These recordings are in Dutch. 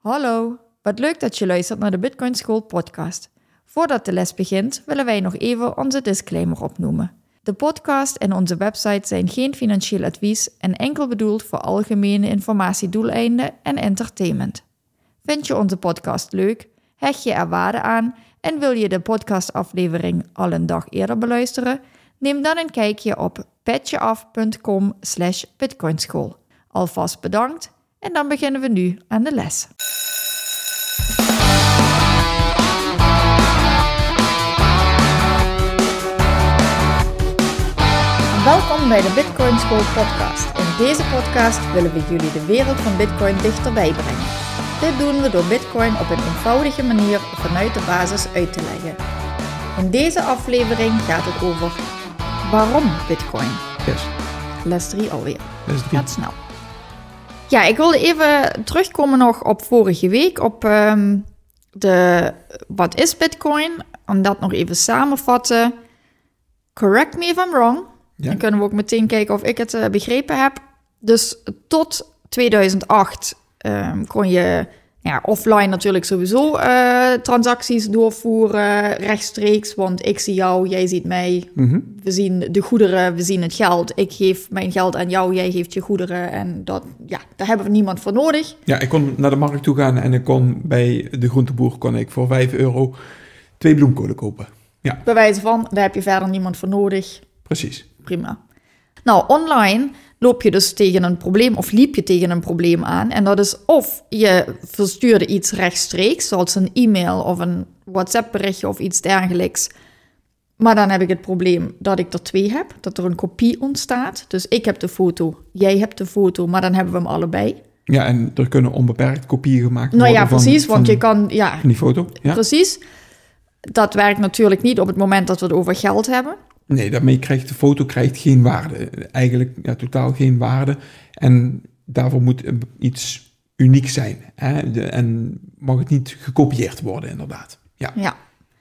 Hallo, wat leuk dat je luistert naar de Bitcoin School podcast. Voordat de les begint, willen wij nog even onze disclaimer opnoemen. De podcast en onze website zijn geen financieel advies en enkel bedoeld voor algemene informatiedoeleinden en entertainment. Vind je onze podcast leuk? Hecht je er waarde aan en wil je de podcastaflevering al een dag eerder beluisteren? Neem dan een kijkje op petjeaf.com/bitcoinschool. Alvast bedankt en dan beginnen we nu aan de les. Welkom bij de Bitcoin School podcast. In deze podcast willen we jullie de wereld van Bitcoin dichterbij brengen. Dit doen we door Bitcoin op een eenvoudige manier vanuit de basis uit te leggen. In deze aflevering gaat het over waarom Bitcoin. Yes. Les 3 alweer. Les 3. Gaat snel. Ja, ik wilde even terugkomen nog op vorige week op wat is Bitcoin? Om dat nog even samenvatten. Correct me if I'm wrong. Ja. Dan kunnen we ook meteen kijken of ik het begrepen heb. Dus tot 2008 kon je offline natuurlijk sowieso transacties doorvoeren, rechtstreeks. Want ik zie jou, jij ziet mij. Mm-hmm. We zien de goederen, we zien het geld. Ik geef mijn geld aan jou, jij geeft je goederen. En daar hebben we niemand voor nodig. Ja, ik kon naar de markt toe gaan en ik kon bij de groenteboer voor €5 2 bloemkolen kopen. Ja. Bij wijze van, daar heb je verder niemand voor nodig. Precies. Prima. Nou, online loop je dus tegen een probleem of liep je tegen een probleem aan. En dat is of je verstuurde iets rechtstreeks, zoals een e-mail of een WhatsApp-berichtje of iets dergelijks. Maar dan heb ik het probleem dat ik er 2 heb, dat er een kopie ontstaat. Dus ik heb de foto, jij hebt de foto, maar dan hebben we hem allebei. Ja, en er kunnen onbeperkt kopieën gemaakt worden. Nou ja, precies, want je kan... Ja, van die foto. Ja. Precies. Dat werkt natuurlijk niet op het moment dat we het over geld hebben. Nee, daarmee krijgt de foto geen waarde. Eigenlijk totaal geen waarde. En daarvoor moet iets uniek zijn. Hè? En mag het niet gekopieerd worden, inderdaad. Ja.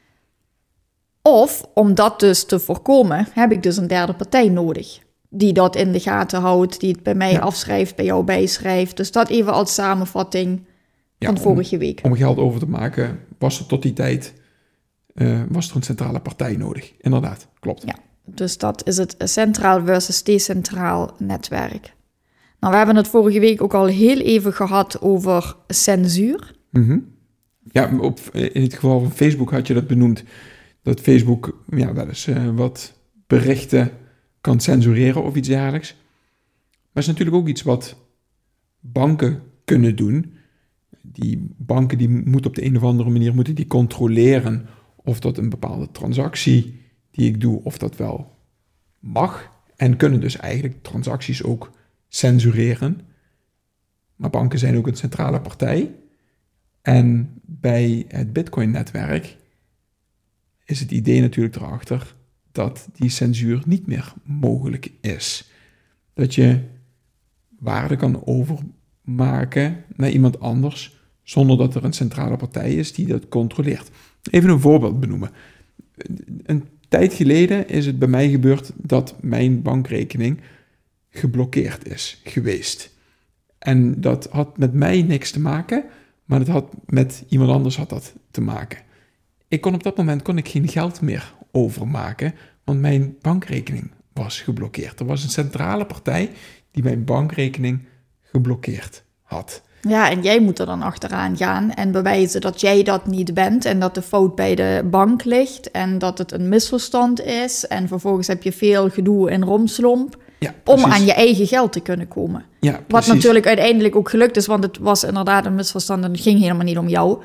Of, om dat dus te voorkomen, heb ik dus een derde partij nodig. Die dat in de gaten houdt, die het bij mij afschrijft, bij jou bijschrijft. Dus dat even als samenvatting van vorige week. Om geld over te maken was er tot die tijd was er een centrale partij nodig. Inderdaad, klopt. Ja, dus dat is het centraal versus decentraal netwerk. Nou, we hebben het vorige week ook al heel even gehad over censuur. Mm-hmm. Ja, in het geval van Facebook had je dat benoemd, dat Facebook wel eens wat berichten kan censureren of iets dergelijks. Maar het is natuurlijk ook iets wat banken kunnen doen. Die banken die moeten op de een of andere manier die controleren of dat een bepaalde transactie die ik doe, of dat wel mag. En kunnen dus eigenlijk transacties ook censureren. Maar banken zijn ook een centrale partij. En bij het Bitcoin-netwerk is het idee natuurlijk erachter dat die censuur niet meer mogelijk is. Dat je waarde kan overmaken naar iemand anders zonder dat er een centrale partij is die dat controleert. Even een voorbeeld benoemen. Een tijd geleden is het bij mij gebeurd dat mijn bankrekening geblokkeerd is geweest. En dat had met mij niks te maken, maar het had met iemand anders te maken. Op dat moment kon ik geen geld meer overmaken, want mijn bankrekening was geblokkeerd. Er was een centrale partij die mijn bankrekening geblokkeerd had. Ja, en jij moet er dan achteraan gaan en bewijzen dat jij dat niet bent en dat de fout bij de bank ligt en dat het een misverstand is. En vervolgens heb je veel gedoe en romslomp om aan je eigen geld te kunnen komen. Ja, wat natuurlijk uiteindelijk ook gelukt is, want het was inderdaad een misverstand en het ging helemaal niet om jou.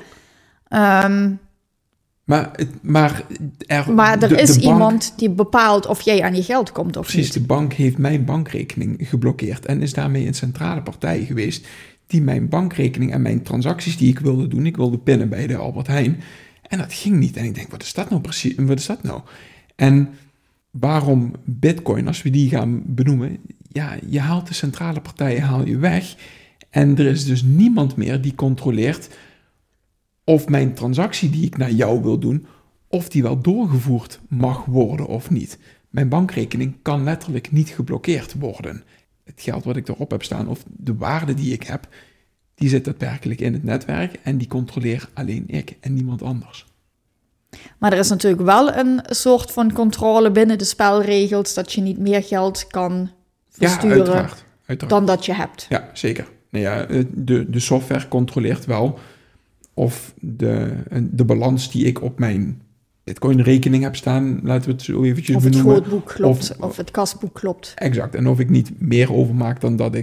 Maar er is iemand die bepaalt of jij aan je geld komt of precies, niet. De bank heeft mijn bankrekening geblokkeerd en is daarmee een centrale partij geweest die mijn bankrekening en mijn transacties die ik wilde doen, ik wilde pinnen bij de Albert Heijn. En dat ging niet. En ik denk, wat is dat nou precies? Wat is dat nou? En waarom Bitcoin, als we die gaan benoemen, je haalt de centrale partijen weg. En er is dus niemand meer die controleert of mijn transactie die ik naar jou wil doen, of die wel doorgevoerd mag worden of niet. Mijn bankrekening kan letterlijk niet geblokkeerd worden. Het geld wat ik erop heb staan, of de waarde die ik heb, die zit daadwerkelijk in het netwerk en die controleer alleen ik en niemand anders. Maar er is natuurlijk wel een soort van controle binnen de spelregels dat je niet meer geld kan versturen uiteraard. dan dat je hebt. Ja, zeker. Nou ja, de software controleert wel of de balans die ik op mijn Bitcoin-rekening heb staan, laten we het zo eventjes benoemen. Of het grootboek klopt, of het kasboek klopt. Exact, en of ik niet meer overmaak dan dat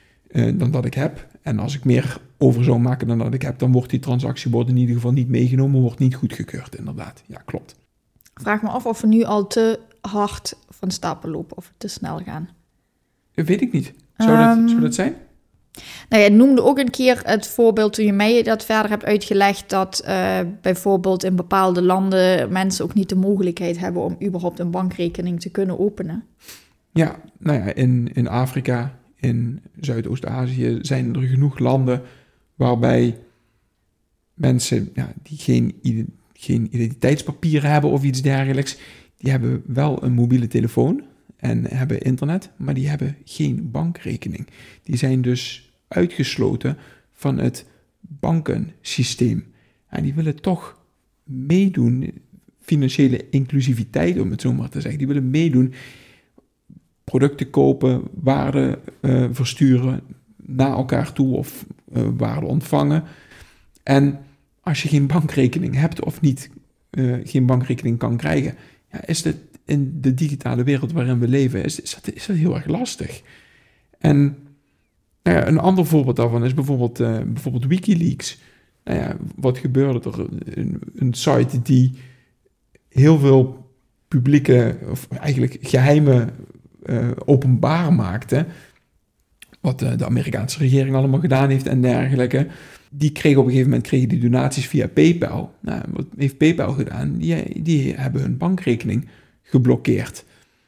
ik heb. En als ik meer over zou maken dan dat ik heb, dan wordt die transactiebord in ieder geval niet meegenomen, wordt niet goedgekeurd, inderdaad. Ja, klopt. Vraag me af of we nu al te hard van stapel lopen of te snel gaan. Dat weet ik niet. Zou dat zijn? Nou, je noemde ook een keer het voorbeeld toen je mij dat verder hebt uitgelegd, dat bijvoorbeeld in bepaalde landen mensen ook niet de mogelijkheid hebben om überhaupt een bankrekening te kunnen openen. Ja, nou ja, in Afrika, in Zuidoost-Azië zijn er genoeg landen waarbij mensen die geen identiteitspapieren hebben of iets dergelijks, die hebben wel een mobiele telefoon en hebben internet, maar die hebben geen bankrekening. Die zijn dus uitgesloten van het bankensysteem. En die willen toch meedoen, financiële inclusiviteit om het zo maar te zeggen. Die willen meedoen, producten kopen, waarde versturen naar elkaar toe of waarde ontvangen. En als je geen bankrekening hebt of geen bankrekening kan krijgen, is dat in de digitale wereld waarin we leven, is dat heel erg lastig. En een ander voorbeeld daarvan is bijvoorbeeld WikiLeaks. Wat gebeurde er? Een site die heel veel publieke, of eigenlijk geheimen openbaar maakte, wat de Amerikaanse regering allemaal gedaan heeft en dergelijke. Die kregen op een gegeven moment die donaties via PayPal. Nou, wat heeft PayPal gedaan? Die hebben hun bankrekening geblokkeerd.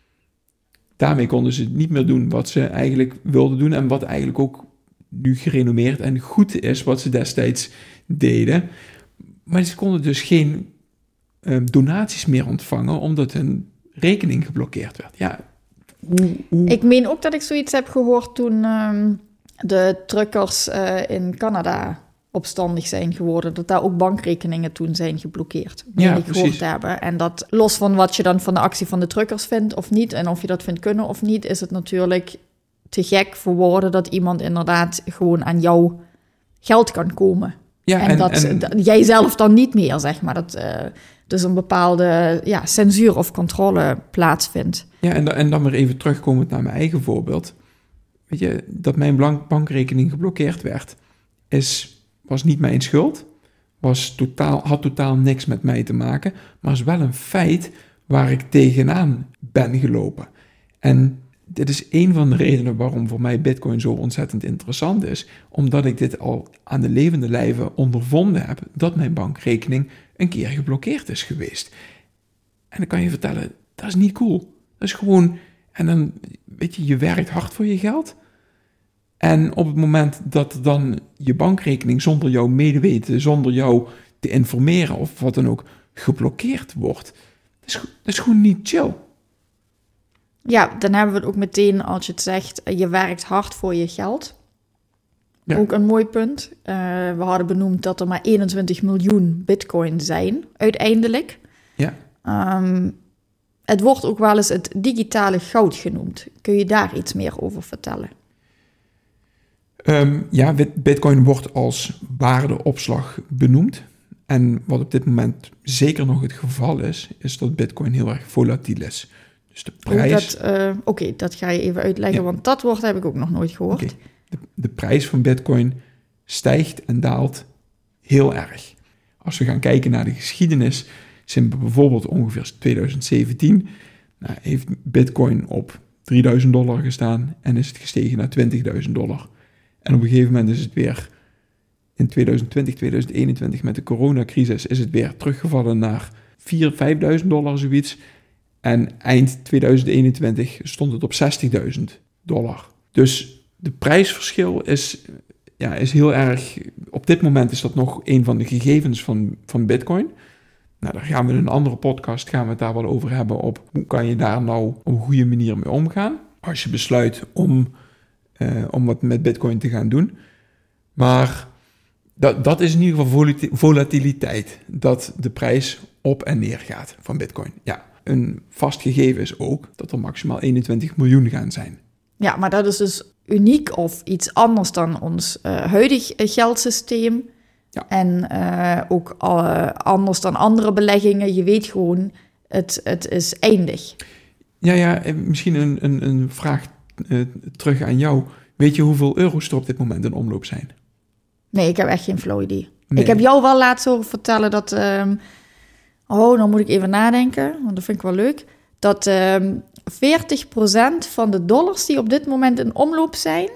Daarmee konden ze niet meer doen wat ze eigenlijk wilden doen en wat eigenlijk ook nu gerenommeerd en goed is wat ze destijds deden. Maar ze konden dus geen donaties meer ontvangen omdat hun rekening geblokkeerd werd. Ja, Ik meen ook dat ik zoiets heb gehoord toen de truckers in Canada opstandig zijn geworden, dat daar ook bankrekeningen toen zijn geblokkeerd. Ja, ik gehoord hebben. En dat los van wat je dan van de actie van de truckers vindt of niet, en of je dat vindt kunnen of niet, is het natuurlijk te gek voor woorden dat iemand inderdaad gewoon aan jouw geld kan komen. Ja, en jij zelf dan niet meer, zeg maar. Dat dus een bepaalde censuur of controle plaatsvindt. Ja, en dan weer even terugkomend naar mijn eigen voorbeeld. Weet je, dat mijn bankrekening geblokkeerd werd, was niet mijn schuld, had totaal niks met mij te maken, maar is wel een feit waar ik tegenaan ben gelopen. En dit is een van de redenen waarom voor mij Bitcoin zo ontzettend interessant is, omdat ik dit al aan de levende lijve ondervonden heb, dat mijn bankrekening een keer geblokkeerd is geweest. En dan kan je vertellen, dat is niet cool. Dat is gewoon, en dan, weet je werkt hard voor je geld. En op het moment dat dan je bankrekening zonder jouw medeweten, zonder jou te informeren of wat dan ook, geblokkeerd wordt, dat is gewoon niet chill. Ja, dan hebben we het ook meteen, als je het zegt, je werkt hard voor je geld. Ja. Ook een mooi punt. We hadden benoemd dat er maar 21 miljoen bitcoin zijn, uiteindelijk. Ja. Het wordt ook wel eens het digitale goud genoemd. Kun je daar iets meer over vertellen? Bitcoin wordt als waardeopslag benoemd. En wat op dit moment zeker nog het geval is dat Bitcoin heel erg volatiel is. Dus de prijs... dat ga je even uitleggen, want dat woord heb ik ook nog nooit gehoord. Okay. De prijs van Bitcoin stijgt en daalt heel erg. Als we gaan kijken naar de geschiedenis, sinds bijvoorbeeld ongeveer 2017, heeft Bitcoin op $3.000 gestaan en is het gestegen naar $20.000. En op een gegeven moment is het weer in 2020, 2021 met de coronacrisis is het weer teruggevallen naar $4.000, $5.000 zoiets. En eind 2021 stond het op $60.000. Dus de prijsverschil is heel erg... Op dit moment is dat nog een van de gegevens van Bitcoin. Nou, daar gaan we in een andere podcast het daar wel over hebben op hoe kan je daar nou op een goede manier mee omgaan. Als je besluit om wat met Bitcoin te gaan doen. Maar dat is in ieder geval volatiliteit. Dat de prijs op en neer gaat van Bitcoin. Ja, een vast gegeven is ook dat er maximaal 21 miljoen gaan zijn. Ja, maar dat is dus uniek of iets anders dan ons huidig geldsysteem. Ja. En ook anders dan andere beleggingen. Je weet gewoon, het is eindig. Ja, misschien een vraag terug aan jou. Weet je hoeveel euro's er op dit moment in omloop zijn? Nee, ik heb echt geen flauw idee. Nee. Ik heb jou wel laatst horen vertellen dat... dan moet ik even nadenken, want dat vind ik wel leuk. Dat 40% van de dollars die op dit moment in omloop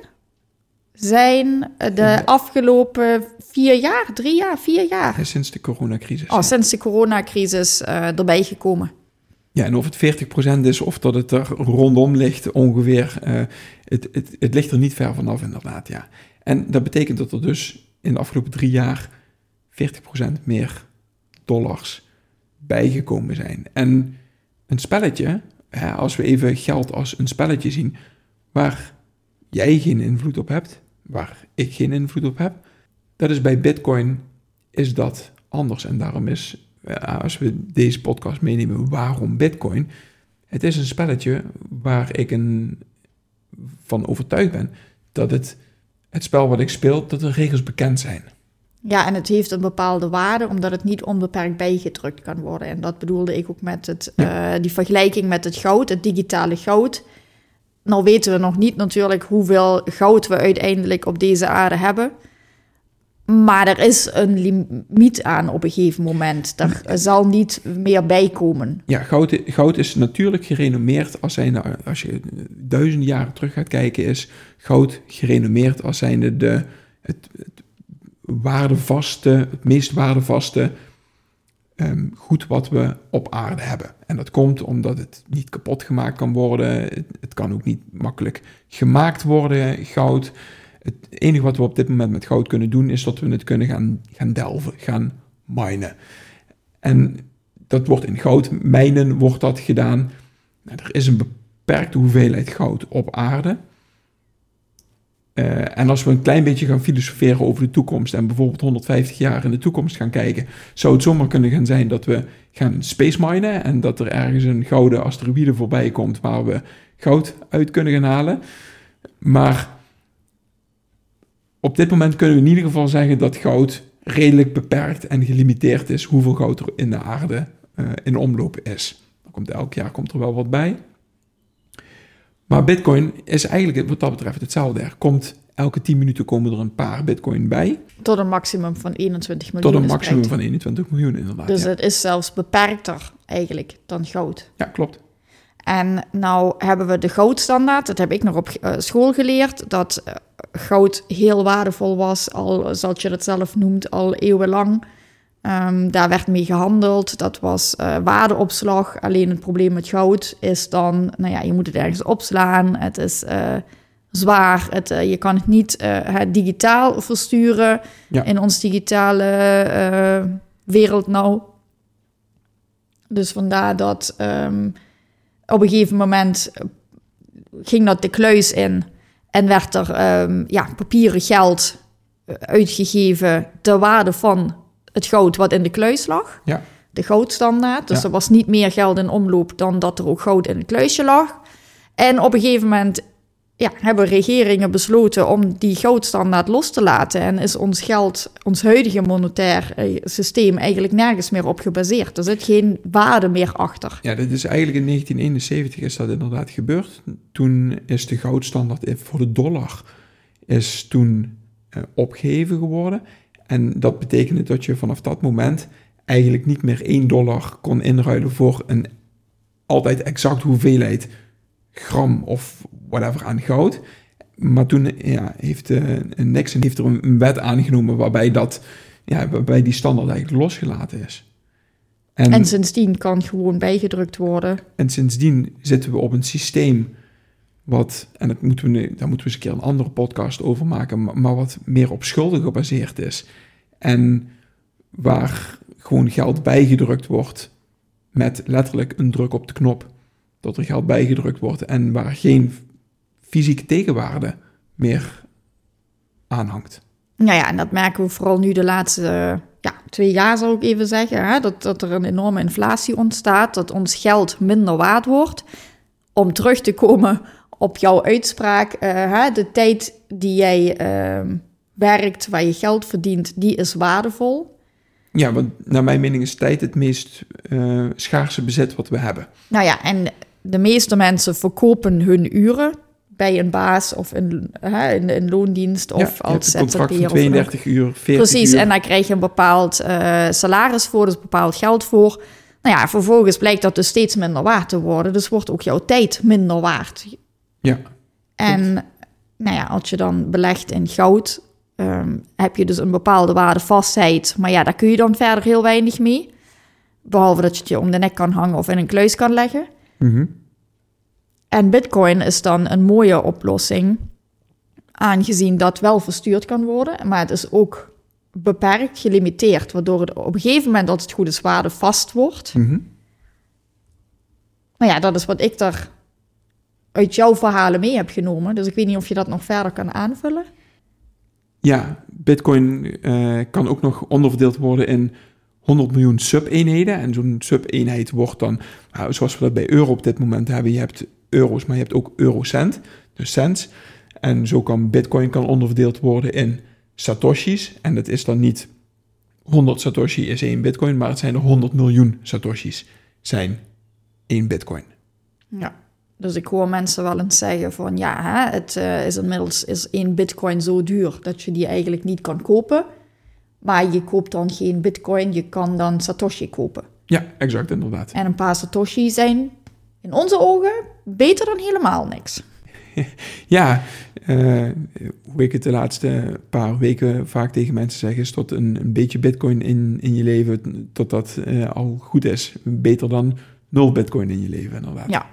zijn de afgelopen 4 jaar, 3 jaar, 4 jaar. Ja, sinds de coronacrisis. Sinds de coronacrisis erbij gekomen. Ja, en of het 40% is of dat het er rondom ligt ongeveer, het ligt er niet ver vanaf inderdaad, ja. En dat betekent dat er dus in de afgelopen 3 jaar 40% meer dollars bijgekomen zijn. En een spelletje, als we even geld als een spelletje zien, waar jij geen invloed op hebt, waar ik geen invloed op heb, dat is bij Bitcoin is dat anders. En daarom is, als we deze podcast meenemen, waarom Bitcoin? Het is een spelletje waar ik van overtuigd ben dat het spel wat ik speel, dat de regels bekend zijn. Ja, en het heeft een bepaalde waarde, omdat het niet onbeperkt bijgedrukt kan worden. En dat bedoelde ik ook met die vergelijking met het goud, het digitale goud. Nou weten we nog niet natuurlijk hoeveel goud we uiteindelijk op deze aarde hebben. Maar er is een limiet aan op een gegeven moment. Er zal niet meer bijkomen. Ja, goud is natuurlijk gerenommeerd als je 1000 jaren terug gaat kijken, is goud gerenommeerd als zijnde het meest waardevaste goed wat we op aarde hebben. En dat komt omdat het niet kapot gemaakt kan worden. Het kan ook niet makkelijk gemaakt worden, goud. Het enige wat we op dit moment met goud kunnen doen, is dat we het kunnen gaan delven, gaan minen. En dat wordt in goudmijnen wordt dat gedaan. Nou, er is een beperkte hoeveelheid goud op aarde. En als we een klein beetje gaan filosoferen over de toekomst en bijvoorbeeld 150 jaar in de toekomst gaan kijken, zou het zomaar kunnen gaan zijn dat we gaan space minen en dat er ergens een gouden asteroïde voorbij komt waar we goud uit kunnen gaan halen. Maar op dit moment kunnen we in ieder geval zeggen dat goud redelijk beperkt en gelimiteerd is hoeveel goud er in de aarde in omloop is. Elk jaar komt er wel wat bij. Maar Bitcoin is eigenlijk wat dat betreft hetzelfde. Er komt elke 10 minuten komen er een paar Bitcoin bij. Tot een maximum van 21 miljoen. Tot een maximum van 21 miljoen, inderdaad. Dus het is zelfs beperkter eigenlijk dan goud. Ja, klopt. En nou hebben we de goudstandaard. Dat heb ik nog op school geleerd. Dat goud heel waardevol was, al zoals je dat zelf noemt, al eeuwenlang. Daar werd mee gehandeld. Dat was waardeopslag. Alleen het probleem met goud is dan, je moet het ergens opslaan. Het is zwaar. Je kan het niet digitaal versturen in ons digitale wereld nou. Dus vandaar dat op een gegeven moment ging dat de kluis in en werd er papieren geld uitgegeven ter waarde van het goud wat in de kluis lag. Ja. De goudstandaard. Dus er was niet meer geld in omloop dan dat er ook goud in het kluisje lag. En op een gegeven moment hebben regeringen besloten om die goudstandaard los te laten. En is ons geld, ons huidige monetair systeem eigenlijk nergens meer op gebaseerd. Er zit geen waarde meer achter. Ja, dat is eigenlijk in 1971 is dat inderdaad gebeurd. Toen is de goudstandaard voor de dollar is toen opgeheven geworden. En dat betekende dat je vanaf dat moment eigenlijk niet meer $1 kon inruilen voor een altijd exact hoeveelheid gram of whatever aan goud. Maar toen heeft Nixon er een wet aangenomen waarbij die standaard eigenlijk losgelaten is. En sindsdien kan gewoon bijgedrukt worden. En sindsdien zitten we op een systeem en daar moeten we eens een keer een andere podcast over maken, maar wat meer op schulden gebaseerd is. En waar gewoon geld bijgedrukt wordt met letterlijk een druk op de knop. Dat er geld bijgedrukt wordt en waar geen fysieke tegenwaarde meer aanhangt. Nou ja, en dat merken we vooral nu de laatste 2 jaar, zou ik even zeggen. Hè? Dat er een enorme inflatie ontstaat, dat ons geld minder waard wordt. Om terug te komen op jouw uitspraak, de tijd die jij werkt, waar je geld verdient, die is waardevol. Ja, want naar mijn mening is tijd het meest schaarse bezit wat we hebben. Nou ja, en de meeste mensen verkopen hun uren bij een baas of in loondienst of als ZZP'er. Een contract van 32 uur, 40 Precies, uur. en daar krijg je een bepaald salaris voor, dus bepaald geld voor. Nou ja, vervolgens blijkt dat dus steeds minder waard te worden. Dus wordt ook jouw tijd minder waard. Ja. En nou ja, als je dan belegt in goud, heb je dus een bepaalde waardevastheid. Maar ja, daar kun je dan verder heel weinig mee. Behalve dat je het je om de nek kan hangen of in een kluis kan leggen. Mm-hmm. En Bitcoin is dan een mooie oplossing, aangezien dat wel verstuurd kan worden. Maar het is ook beperkt, gelimiteerd, waardoor het op een gegeven moment, als het goed is, waardevast wordt. Mm-hmm. Nou ja, dat is wat ik daar uit jouw verhalen mee heb genomen. Dus ik weet niet of je dat nog verder kan aanvullen. Ja, Bitcoin kan ook nog onderverdeeld worden in 100 miljoen sub-eenheden. En zo'n sub-eenheid wordt dan, zoals we dat bij euro op dit moment hebben, je hebt euro's, maar je hebt ook eurocent, dus cents. En zo kan Bitcoin onderverdeeld worden in satoshis. En dat is dan niet 100 satoshi is 1 Bitcoin, maar het zijn er 100 miljoen satoshis zijn 1 Bitcoin. Ja, dus ik hoor mensen wel eens zeggen van het is inmiddels is 1 Bitcoin zo duur dat je die eigenlijk niet kan kopen. Maar je koopt dan geen Bitcoin, je kan dan satoshi kopen. Ja, exact, inderdaad. En een paar satoshi zijn in onze ogen beter dan helemaal niks. Ja, hoe ik het de laatste paar weken vaak tegen mensen zeg, is tot een beetje Bitcoin in je leven, tot dat al goed is. Beter dan 0 Bitcoin in je leven, inderdaad. Ja.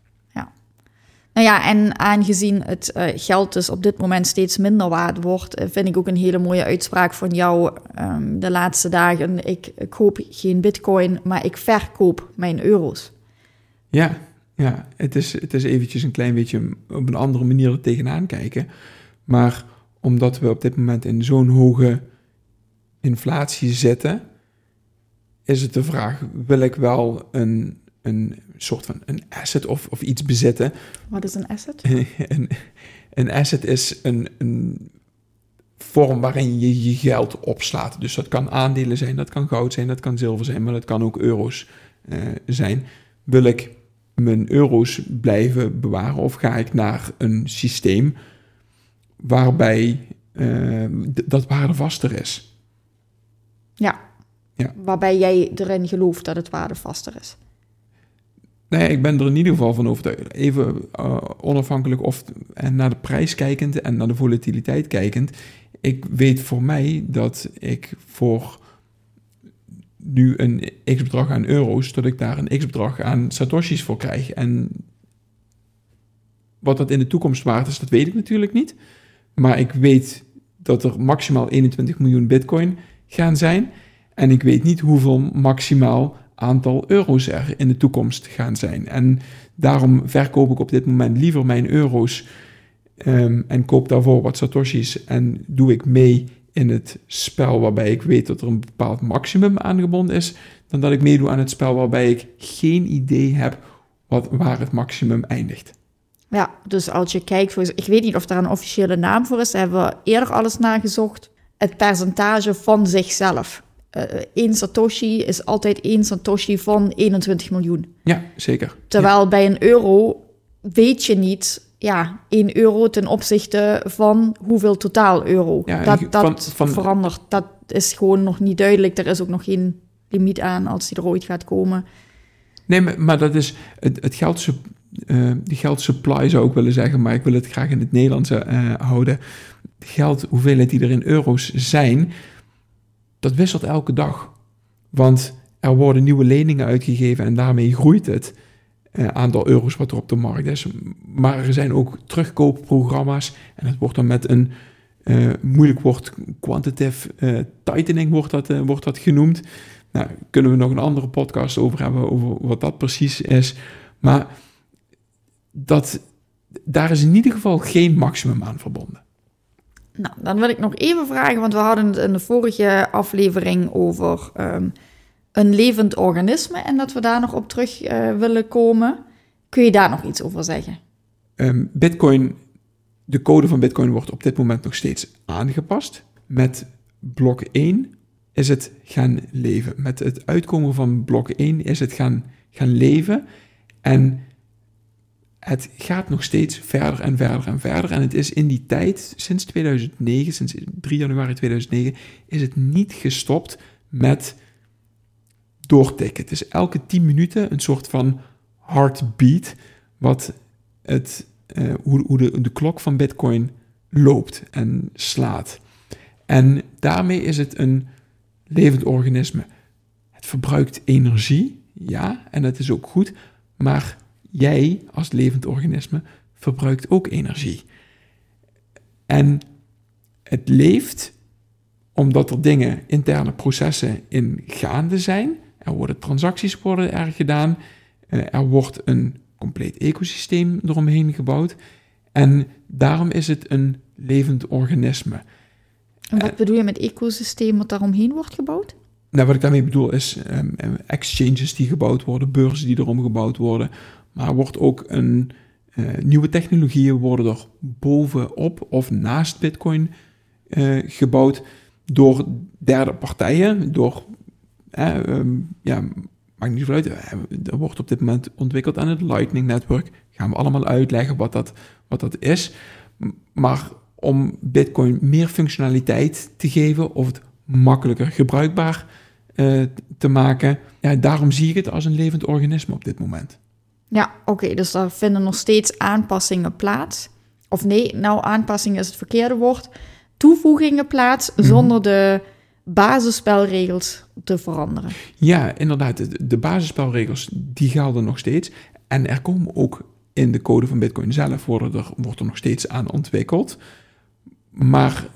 Nou ja, en aangezien het geld dus op dit moment steeds minder waard wordt, vind ik ook een hele mooie uitspraak van jou de laatste dagen. Ik koop geen Bitcoin, maar ik verkoop mijn euro's. Ja, het is eventjes een klein beetje op een andere manier er tegenaan kijken. Maar omdat we op dit moment in zo'n hoge inflatie zitten, is het de vraag, wil ik wel een soort van een asset of iets bezitten? Wat is een asset? Een asset is een vorm waarin je je geld opslaat. Dus dat kan aandelen zijn, dat kan goud zijn, dat kan zilver zijn, maar dat kan ook euro's zijn. Wil ik mijn euro's blijven bewaren of ga ik naar een systeem waarbij dat waardevaster is? Ja, waarbij jij erin gelooft dat het waardevaster is. Nee, ik ben er in ieder geval van overtuigd. Even onafhankelijk en naar de prijs kijkend en naar de volatiliteit kijkend. Ik weet voor mij dat ik voor nu een x-bedrag aan euro's, dat ik daar een x-bedrag aan satoshis voor krijg. En wat dat in de toekomst waard is, dat weet ik natuurlijk niet. Maar ik weet dat er maximaal 21 miljoen bitcoin gaan zijn. En ik weet niet hoeveel maximaal aantal euro's er in de toekomst gaan zijn. En daarom verkoop ik op dit moment liever mijn euro's en koop daarvoor wat satoshis en doe ik mee in het spel waarbij ik weet dat er een bepaald maximum aangebonden is, dan dat ik meedoe aan het spel waarbij ik geen idee heb waar het maximum eindigt. Ja, dus als je kijkt, ik weet niet of daar een officiële naam voor is, daar hebben we eerder alles nagezocht, het percentage van zichzelf. 1 satoshi is altijd 1 satoshi van 21 miljoen. Ja, zeker. Terwijl bij een euro weet je niet, 1 euro ten opzichte van hoeveel totaal euro. Ja, dat verandert. Dat is gewoon nog niet duidelijk. Er is ook nog geen limiet aan als die er ooit gaat komen. Nee, maar dat is het de geldsupply zou ik willen zeggen, maar ik wil het graag in het Nederlands houden. De geldhoeveelheid die er in euro's zijn, dat wisselt elke dag. Want er worden nieuwe leningen uitgegeven en daarmee groeit het aantal euro's wat er op de markt is. Maar er zijn ook terugkoopprogramma's en het wordt dan met een moeilijk woord, quantitative tightening wordt dat genoemd. Nou, kunnen we nog een andere podcast over hebben, over wat dat precies is. Maar daar is in ieder geval geen maximum aan verbonden. Nou, dan wil ik nog even vragen, want we hadden het in de vorige aflevering over een levend organisme en dat we daar nog op terug willen komen. Kun je daar nog iets over zeggen? Bitcoin, de code van Bitcoin wordt op dit moment nog steeds aangepast. Met blok 1 is het gaan leven. Met het uitkomen van blok 1 is het gaan leven. En het gaat nog steeds verder en verder en verder. En het is in die tijd, sinds 2009, sinds 3 januari 2009, is het niet gestopt met doortikken. Het is elke 10 minuten een soort van heartbeat, wat hoe de klok van Bitcoin loopt en slaat. En daarmee is het een levend organisme. Het verbruikt energie, ja, en dat is ook goed, maar jij als levend organisme verbruikt ook energie. En het leeft omdat er dingen, interne processen in gaande zijn. Er worden transacties gedaan. Er wordt een compleet ecosysteem eromheen gebouwd. En daarom is het een levend organisme. En wat bedoel je met ecosysteem wat daaromheen wordt gebouwd? Nou, wat ik daarmee bedoel is exchanges die gebouwd worden, beurzen die erom gebouwd worden. Maar wordt ook nieuwe technologieën worden er bovenop of naast Bitcoin gebouwd door derde partijen. Maakt niet uit. Er wordt op dit moment ontwikkeld aan het Lightning-netwerk. Gaan we allemaal uitleggen wat dat is. Maar om Bitcoin meer functionaliteit te geven of het makkelijker gebruikbaar te maken, daarom zie ik het als een levend organisme op dit moment. Ja, oké, dus daar vinden nog steeds aanpassingen plaats. Of nee, aanpassingen is het verkeerde woord. Toevoegingen plaats zonder de basisspelregels te veranderen. Ja, inderdaad. De basisspelregels die gelden nog steeds. En er komen ook in de code van Bitcoin zelf wordt er nog steeds aan ontwikkeld. Maar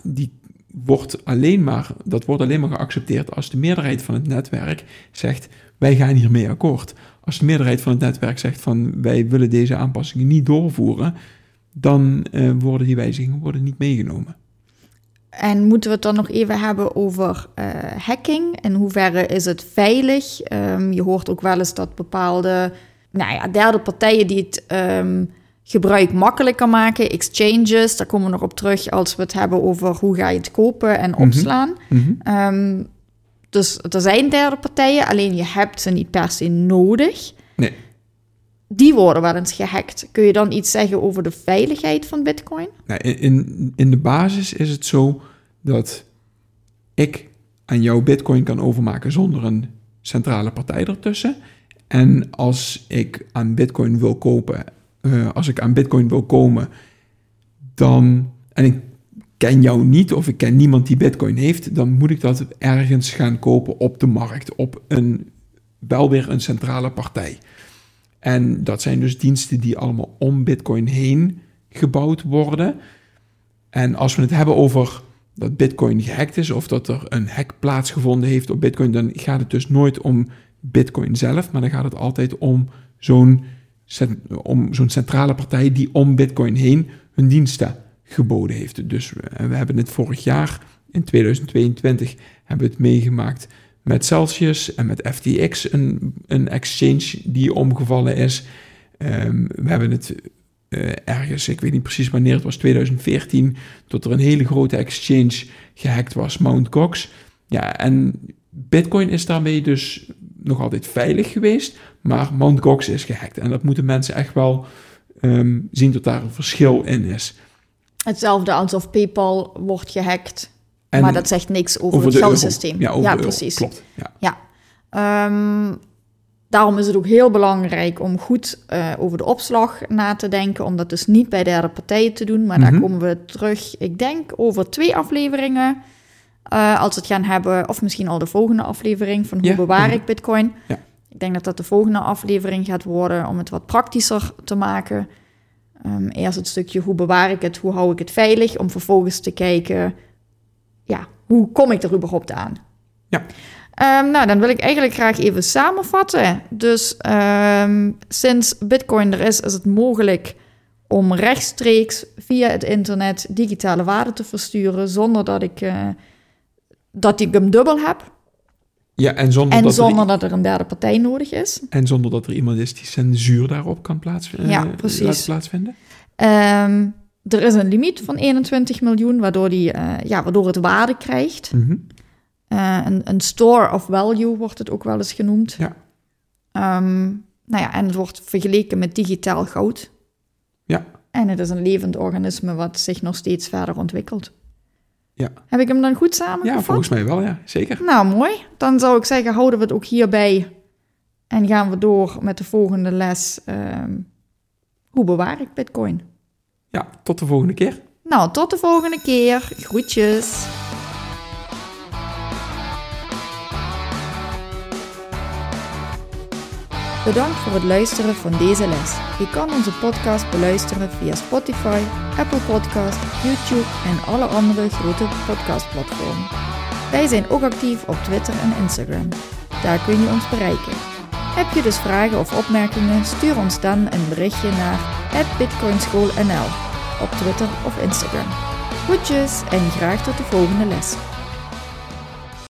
dat wordt alleen maar geaccepteerd als de meerderheid van het netwerk zegt, wij gaan hiermee akkoord. Als de meerderheid van het netwerk zegt van, wij willen deze aanpassingen niet doorvoeren, dan worden die wijzigingen niet meegenomen. En moeten we het dan nog even hebben over hacking? In hoeverre is het veilig? Je hoort ook wel eens dat bepaalde derde partijen die het gebruik makkelijker maken. Exchanges, daar komen we nog op terug als we het hebben over hoe ga je het kopen en opslaan. Mm-hmm. Dus er zijn derde partijen, alleen je hebt ze niet per se nodig. Nee. Die worden wel eens gehackt. Kun je dan iets zeggen over de veiligheid van Bitcoin? Nou, in de basis is het zo dat ik aan jou Bitcoin kan overmaken zonder een centrale partij ertussen. En als ik aan Bitcoin wil kopen, als ik aan Bitcoin wil komen, en ik ken jou niet of ik ken niemand die Bitcoin heeft, dan moet ik dat ergens gaan kopen op de markt, op wel weer een centrale partij. En dat zijn dus diensten die allemaal om Bitcoin heen gebouwd worden. En als we het hebben over dat Bitcoin gehackt is of dat er een hack plaatsgevonden heeft op Bitcoin, dan gaat het dus nooit om Bitcoin zelf, maar dan gaat het altijd om zo'n centrale partij die om Bitcoin heen hun diensten geboden heeft. Dus we hebben het vorig jaar, in 2022, hebben we het meegemaakt met Celsius en met FTX, een exchange die omgevallen is. We hebben het ergens, ik weet niet precies wanneer, het was 2014, dat er een hele grote exchange gehackt was, Mt. Gox. Ja, en Bitcoin is daarmee dus nog altijd veilig geweest, maar Mt. Gox is gehackt. En dat moeten mensen echt wel zien dat daar een verschil in is. Hetzelfde alsof PayPal wordt gehackt, maar dat zegt niks over het geldsysteem. Ja, precies. Klopt. Ja. Daarom is het ook heel belangrijk om goed over de opslag na te denken, om dat dus niet bij derde partijen te doen, maar daar komen we terug, ik denk, over 2 afleveringen, als we het gaan hebben, of misschien al de volgende aflevering van hoe bewaar ik Bitcoin. Ja. Ik denk dat dat de volgende aflevering gaat worden om het wat praktischer te maken. Eerst het stukje hoe bewaar ik het, hoe hou ik het veilig, om vervolgens te kijken, hoe kom ik er überhaupt aan? Ja. Dan wil ik eigenlijk graag even samenvatten. Dus sinds Bitcoin er is het mogelijk om rechtstreeks via het internet digitale waarde te versturen zonder dat ik hem dubbel heb. Ja, en zonder dat er een derde partij nodig is. En zonder dat er iemand is die censuur daarop kan plaatsvinden. Er is een limiet van 21 miljoen, waardoor het waarde krijgt. Mm-hmm. Een store of value wordt het ook wel eens genoemd. Ja. En het wordt vergeleken met digitaal goud. Ja. En het is een levend organisme wat zich nog steeds verder ontwikkelt. Ja. Heb ik hem dan goed samengevat? Ja, volgens mij wel, ja. Zeker. Nou, mooi. Dan zou ik zeggen, houden we het ook hierbij. En gaan we door met de volgende les. Hoe bewaar ik Bitcoin? Ja, tot de volgende keer. Nou, tot de volgende keer. Groetjes. Bedankt voor het luisteren van deze les. Je kan onze podcast beluisteren via Spotify, Apple Podcast, YouTube en alle andere grote podcastplatformen. Wij zijn ook actief op Twitter en Instagram. Daar kun je ons bereiken. Heb je dus vragen of opmerkingen? Stuur ons dan een berichtje naar @bitcoinschoolnl op Twitter of Instagram. Groetjes en graag tot de volgende les.